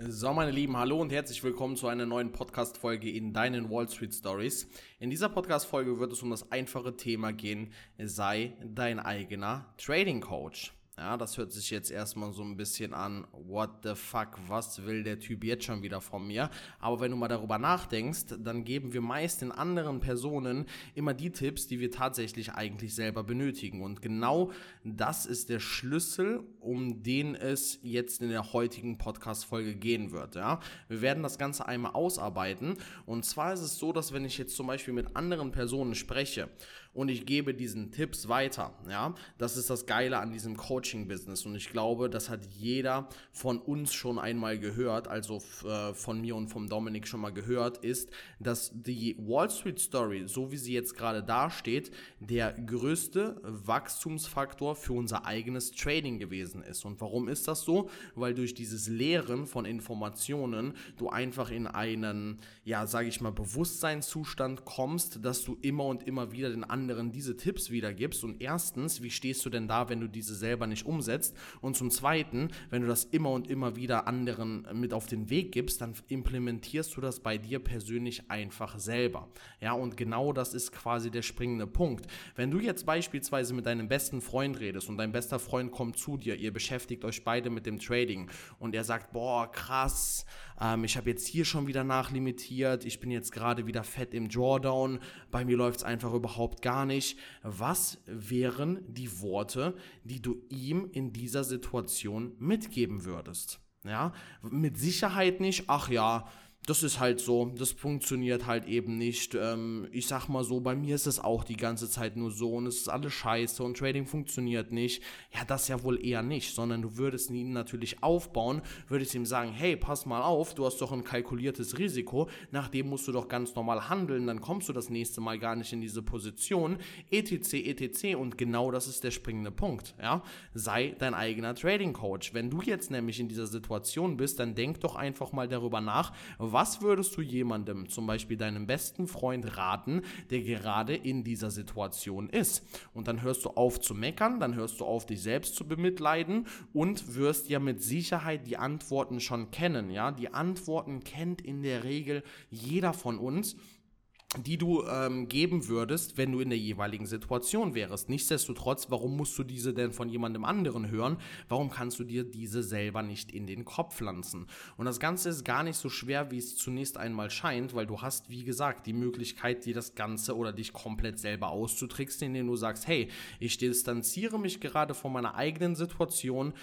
So, meine Lieben, hallo und herzlich willkommen zu einer neuen Podcast-Folge in deinen Wall Street Stories. In dieser Podcast-Folge wird es um das einfache Thema gehen, sei dein eigener Trading Coach. Ja, das hört sich jetzt erstmal so ein bisschen an, what the fuck, was will der Typ jetzt schon wieder von mir? Aber wenn du mal darüber nachdenkst, dann geben wir meist den anderen Personen immer die Tipps, die wir tatsächlich eigentlich selber benötigen. Und genau das ist der Schlüssel, um den es jetzt in der heutigen Podcast-Folge gehen wird. Ja? Wir werden das Ganze einmal ausarbeiten. Und zwar ist es so, dass wenn ich jetzt zum Beispiel mit anderen Personen spreche und ich gebe diesen Tipps weiter, ja, das ist das Geile an diesem Coaching-Business und ich glaube, das hat jeder von uns schon einmal gehört, also von mir und vom Dominik schon mal gehört, ist, dass die Wall Street Story, so wie sie jetzt gerade dasteht, der größte Wachstumsfaktor für unser eigenes Trading gewesen ist. Und warum ist das so? Weil durch dieses Lehren von Informationen du einfach in einen, ja, sage ich mal, Bewusstseinszustand kommst, dass du immer und immer wieder den anderen diese Tipps wiedergibst. Und erstens, wie stehst du denn da, wenn du diese selber nicht umsetzt? Und zum Zweiten, wenn du das immer und immer wieder anderen mit auf den Weg gibst, dann implementierst du das bei dir persönlich einfach selber. Ja, und genau das ist quasi der springende Punkt. Wenn du jetzt beispielsweise mit deinem besten Freund redest und dein bester Freund kommt zu dir, ihr beschäftigt euch beide mit dem Trading und er sagt, boah, krass, ich habe jetzt hier schon wieder nachlimitiert, ich bin jetzt gerade wieder fett im Drawdown, bei mir läuft es einfach überhaupt gar nicht. Was wären die Worte, die du ihm in dieser Situation mitgeben würdest? Ja, mit Sicherheit nicht, ach ja, das ist halt so, das funktioniert halt eben nicht. Ich sag mal so, bei mir ist es auch die ganze Zeit nur so und es ist alles scheiße und Trading funktioniert nicht. Ja, das ja wohl eher nicht, sondern du würdest ihn natürlich aufbauen, würdest ihm sagen, hey, pass mal auf, du hast doch ein kalkuliertes Risiko, nach dem musst du doch ganz normal handeln, dann kommst du das nächste Mal gar nicht in diese Position, etc., etc. Und genau das ist der springende Punkt, ja. Sei dein eigener Trading Coach. Wenn du jetzt nämlich in dieser Situation bist, dann denk doch einfach mal darüber nach, was würdest du jemandem, zum Beispiel deinem besten Freund, raten, der gerade in dieser Situation ist? Und dann hörst du auf zu meckern, dann hörst du auf, dich selbst zu bemitleiden und wirst ja mit Sicherheit die Antworten schon kennen. Ja? Die Antworten kennt in der Regel jeder von uns, die du geben würdest, wenn du in der jeweiligen Situation wärst. Nichtsdestotrotz, warum musst du diese denn von jemandem anderen hören? Warum kannst du dir diese selber nicht in den Kopf pflanzen? Und das Ganze ist gar nicht so schwer, wie es zunächst einmal scheint, weil du hast, wie gesagt, die Möglichkeit, dir das Ganze oder dich komplett selber auszutricksen, indem du sagst, hey, ich distanziere mich gerade von meiner eigenen Situation,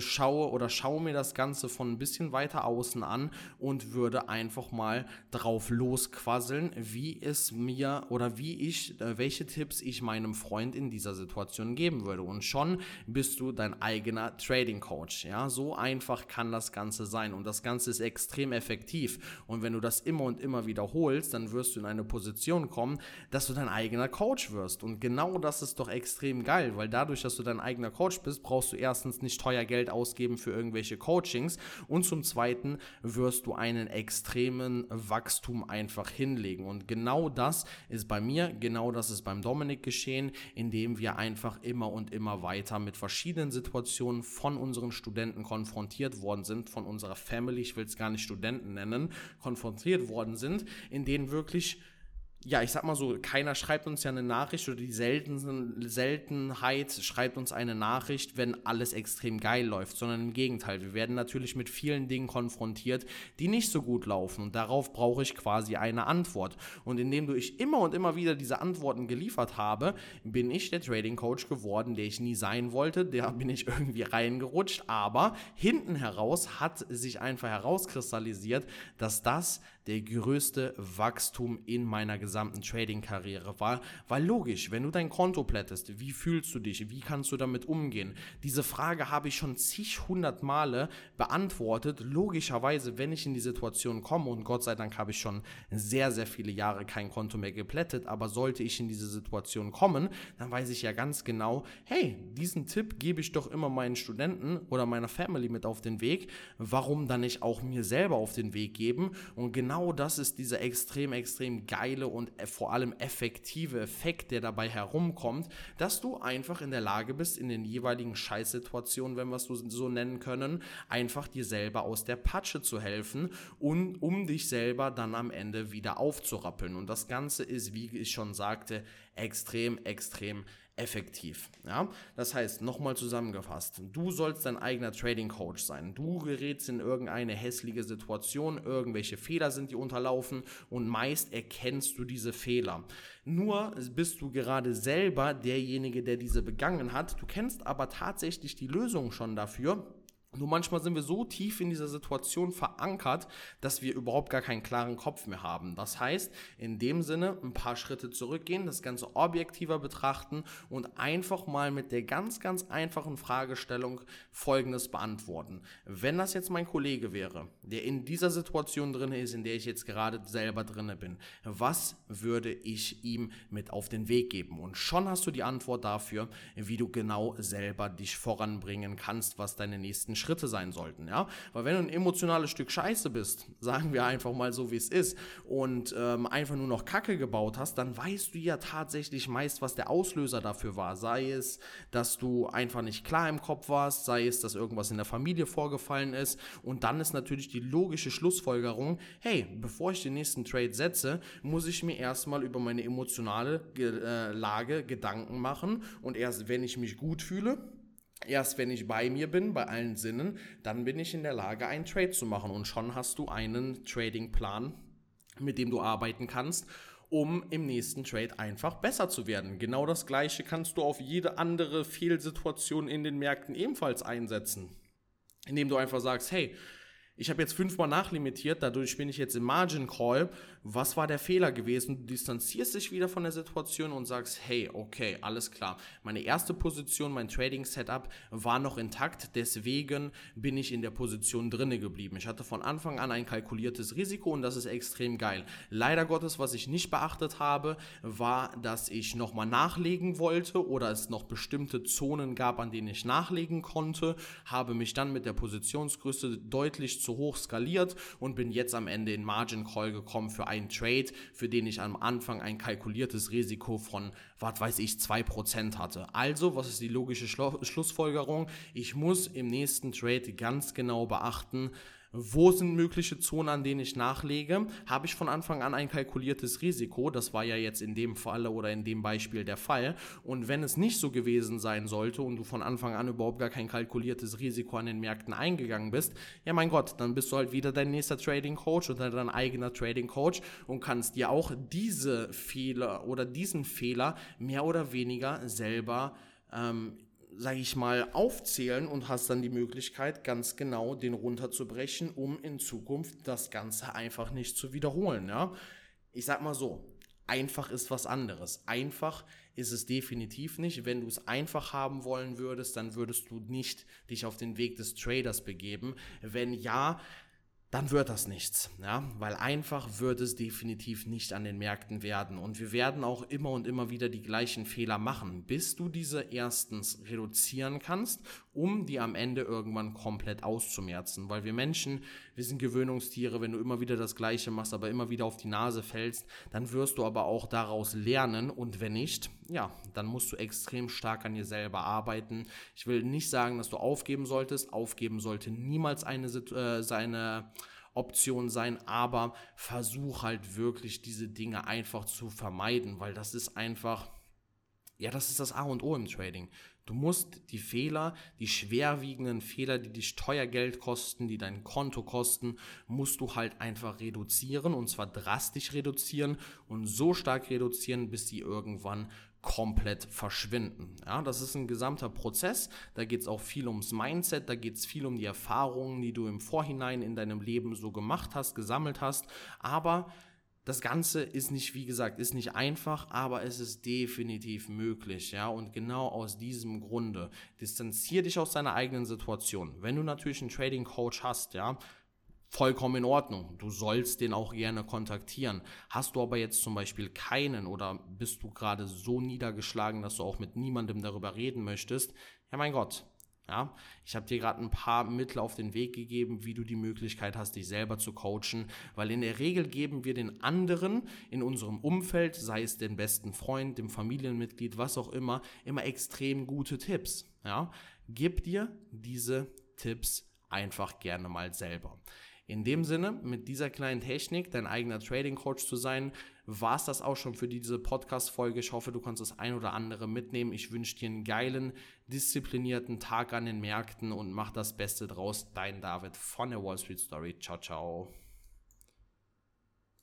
schaue mir das Ganze von ein bisschen weiter außen an und würde einfach mal drauf losquasseln, welche Tipps ich meinem Freund in dieser Situation geben würde. Und schon bist du dein eigener Trading Coach. Ja, so einfach kann das Ganze sein. Und das Ganze ist extrem effektiv. Und wenn du das immer und immer wiederholst, dann wirst du in eine Position kommen, dass du dein eigener Coach wirst. Und genau das ist doch extrem geil, weil dadurch, dass du dein eigener Coach bist, brauchst du erstens nicht teuer Geld ausgeben für irgendwelche Coachings und zum Zweiten wirst du einen extremen Wachstum einfach hinlegen. Und genau das ist bei mir, genau das ist beim Dominik geschehen, indem wir einfach immer und immer weiter mit verschiedenen Situationen von unseren Studenten konfrontiert worden sind, von unserer Family, ich will es gar nicht Studenten nennen, konfrontiert worden sind, in denen wirklich, ja, ich sag mal so, keiner schreibt uns ja eine Nachricht oder die Seltenheit schreibt uns eine Nachricht, wenn alles extrem geil läuft, sondern im Gegenteil, wir werden natürlich mit vielen Dingen konfrontiert, die nicht so gut laufen und darauf brauche ich quasi eine Antwort. Und indem ich immer und immer wieder diese Antworten geliefert habe, bin ich der Trading Coach geworden, der ich nie sein wollte, da bin ich irgendwie reingerutscht, aber hinten heraus hat sich einfach herauskristallisiert, dass das der größte Wachstum in meiner gesamten Trading-Karriere war, weil logisch, wenn du dein Konto plättest, wie fühlst du dich, wie kannst du damit umgehen? Diese Frage habe ich schon zig hundert Male beantwortet, logischerweise, wenn ich in die Situation komme und Gott sei Dank habe ich schon sehr, sehr viele Jahre kein Konto mehr geplättet, aber sollte ich in diese Situation kommen, dann weiß ich ja ganz genau, hey, diesen Tipp gebe ich doch immer meinen Studenten oder meiner Family mit auf den Weg, warum dann nicht auch mir selber auf den Weg geben? Und genau das ist diese extrem, extrem geile und vor allem effektive Effekt, der dabei herumkommt, dass du einfach in der Lage bist, in den jeweiligen Scheißsituationen, wenn wir es so nennen können, einfach dir selber aus der Patsche zu helfen und um dich selber dann am Ende wieder aufzurappeln. Und das Ganze ist, wie ich schon sagte, extrem effektiv. Ja? Das heißt, nochmal zusammengefasst, du sollst dein eigener Trading Coach sein. Du gerätst in irgendeine hässliche Situation, irgendwelche Fehler sind dir unterlaufen und meist erkennst du diese Fehler. Nur bist du gerade selber derjenige, der diese begangen hat. Du kennst aber tatsächlich die Lösung schon dafür. Nur manchmal sind wir so tief in dieser Situation verankert, dass wir überhaupt gar keinen klaren Kopf mehr haben. Das heißt, in dem Sinne ein paar Schritte zurückgehen, das Ganze objektiver betrachten und einfach mal mit der ganz einfachen Fragestellung Folgendes beantworten. Wenn das jetzt mein Kollege wäre, der in dieser Situation drin ist, in der ich jetzt gerade selber drin bin, was würde ich ihm mit auf den Weg geben? Und schon hast du die Antwort dafür, wie du genau selber dich voranbringen kannst, was deine nächsten Schritte sein sollten, ja, weil wenn du ein emotionales Stück Scheiße bist, sagen wir einfach mal so, wie es ist und einfach nur noch Kacke gebaut hast, dann weißt du ja tatsächlich meist, was der Auslöser dafür war, sei es, dass du einfach nicht klar im Kopf warst, sei es, dass irgendwas in der Familie vorgefallen ist und dann ist natürlich die logische Schlussfolgerung, hey, bevor ich den nächsten Trade setze, muss ich mir erstmal über meine emotionale Lage Gedanken machen und erst wenn ich mich gut fühle, erst wenn ich bei mir bin, bei allen Sinnen, dann bin ich in der Lage, einen Trade zu machen und schon hast du einen Trading-Plan, mit dem du arbeiten kannst, um im nächsten Trade einfach besser zu werden. Genau das Gleiche kannst du auf jede andere Fehlsituation in den Märkten ebenfalls einsetzen, indem du einfach sagst, hey, ich habe jetzt 5-mal nachlimitiert, dadurch bin ich jetzt im Margin Call. Was war der Fehler gewesen? Du distanzierst dich wieder von der Situation und sagst, hey, okay, alles klar. Meine erste Position, mein Trading Setup war noch intakt, deswegen bin ich in der Position drinne geblieben. Ich hatte von Anfang an ein kalkuliertes Risiko und das ist extrem geil. Leider Gottes, was ich nicht beachtet habe, war, dass ich nochmal nachlegen wollte oder es noch bestimmte Zonen gab, an denen ich nachlegen konnte, habe mich dann mit der Positionsgröße deutlich zu hoch skaliert und bin jetzt am Ende in Margin Call gekommen für einen Trade, für den ich am Anfang ein kalkuliertes Risiko von, was weiß ich, 2% hatte. Also, was ist die logische Schlussfolgerung? Ich muss im nächsten Trade ganz genau beachten, wo sind mögliche Zonen, an denen ich nachlege? Habe ich von Anfang an ein kalkuliertes Risiko? Das war ja jetzt in dem Falle oder in dem Beispiel der Fall. Und wenn es nicht so gewesen sein sollte und du von Anfang an überhaupt gar kein kalkuliertes Risiko an den Märkten eingegangen bist, ja mein Gott, dann bist du halt wieder dein nächster Trading Coach oder dein eigener Trading Coach und kannst dir auch diese Fehler oder diesen Fehler mehr oder weniger selber sage ich mal, aufzählen und hast dann die Möglichkeit, ganz genau den runterzubrechen, um in Zukunft das Ganze einfach nicht zu wiederholen. Ja? Ich sag mal so, einfach ist was anderes. Einfach ist es definitiv nicht. Wenn du es einfach haben wollen würdest, dann würdest du nicht dich auf den Weg des Traders begeben. Wenn ja, dann wird das nichts, ja, weil einfach wird es definitiv nicht an den Märkten werden und wir werden auch immer und immer wieder die gleichen Fehler machen, bis du diese erstens reduzieren kannst, um die am Ende irgendwann komplett auszumerzen, weil wir Menschen, wir sind Gewöhnungstiere, wenn du immer wieder das Gleiche machst, aber immer wieder auf die Nase fällst, dann wirst du aber auch daraus lernen und wenn nicht, ja, dann musst du extrem stark an dir selber arbeiten. Ich will nicht sagen, dass du aufgeben solltest, aufgeben sollte niemals seine Option sein, aber versuch halt wirklich diese Dinge einfach zu vermeiden, weil das ist einfach, ja, das ist das A und O im Trading. Du musst die Fehler, die schwerwiegenden Fehler, die dich teuer Geld kosten, die dein Konto kosten, musst du halt einfach reduzieren und zwar drastisch reduzieren und so stark reduzieren, bis sie irgendwann komplett verschwinden. Ja, das ist ein gesamter Prozess, da geht es auch viel ums Mindset, da geht es viel um die Erfahrungen, die du im Vorhinein in deinem Leben so gemacht hast, gesammelt hast, aber das Ganze ist nicht, wie gesagt, ist nicht einfach, aber es ist definitiv möglich, ja, und genau aus diesem Grunde distanziere dich aus deiner eigenen Situation. Wenn du natürlich einen Trading Coach hast, ja, vollkommen in Ordnung. Du sollst den auch gerne kontaktieren. Hast du aber jetzt zum Beispiel keinen oder bist du gerade so niedergeschlagen, dass du auch mit niemandem darüber reden möchtest, ja mein Gott, Ja, ich habe dir gerade ein paar Mittel auf den Weg gegeben, wie du die Möglichkeit hast, dich selber zu coachen, weil in der Regel geben wir den anderen in unserem Umfeld, sei es den besten Freund, dem Familienmitglied, was auch immer extrem gute Tipps. Ja, gib dir diese Tipps einfach gerne mal selber. In dem Sinne, mit dieser kleinen Technik, dein eigener Trading Coach zu sein, war es das auch schon für diese Podcast-Folge. Ich hoffe, du kannst das ein oder andere mitnehmen. Ich wünsche dir einen geilen, disziplinierten Tag an den Märkten und mach das Beste draus. Dein David von der Wall Street Story. Ciao, ciao.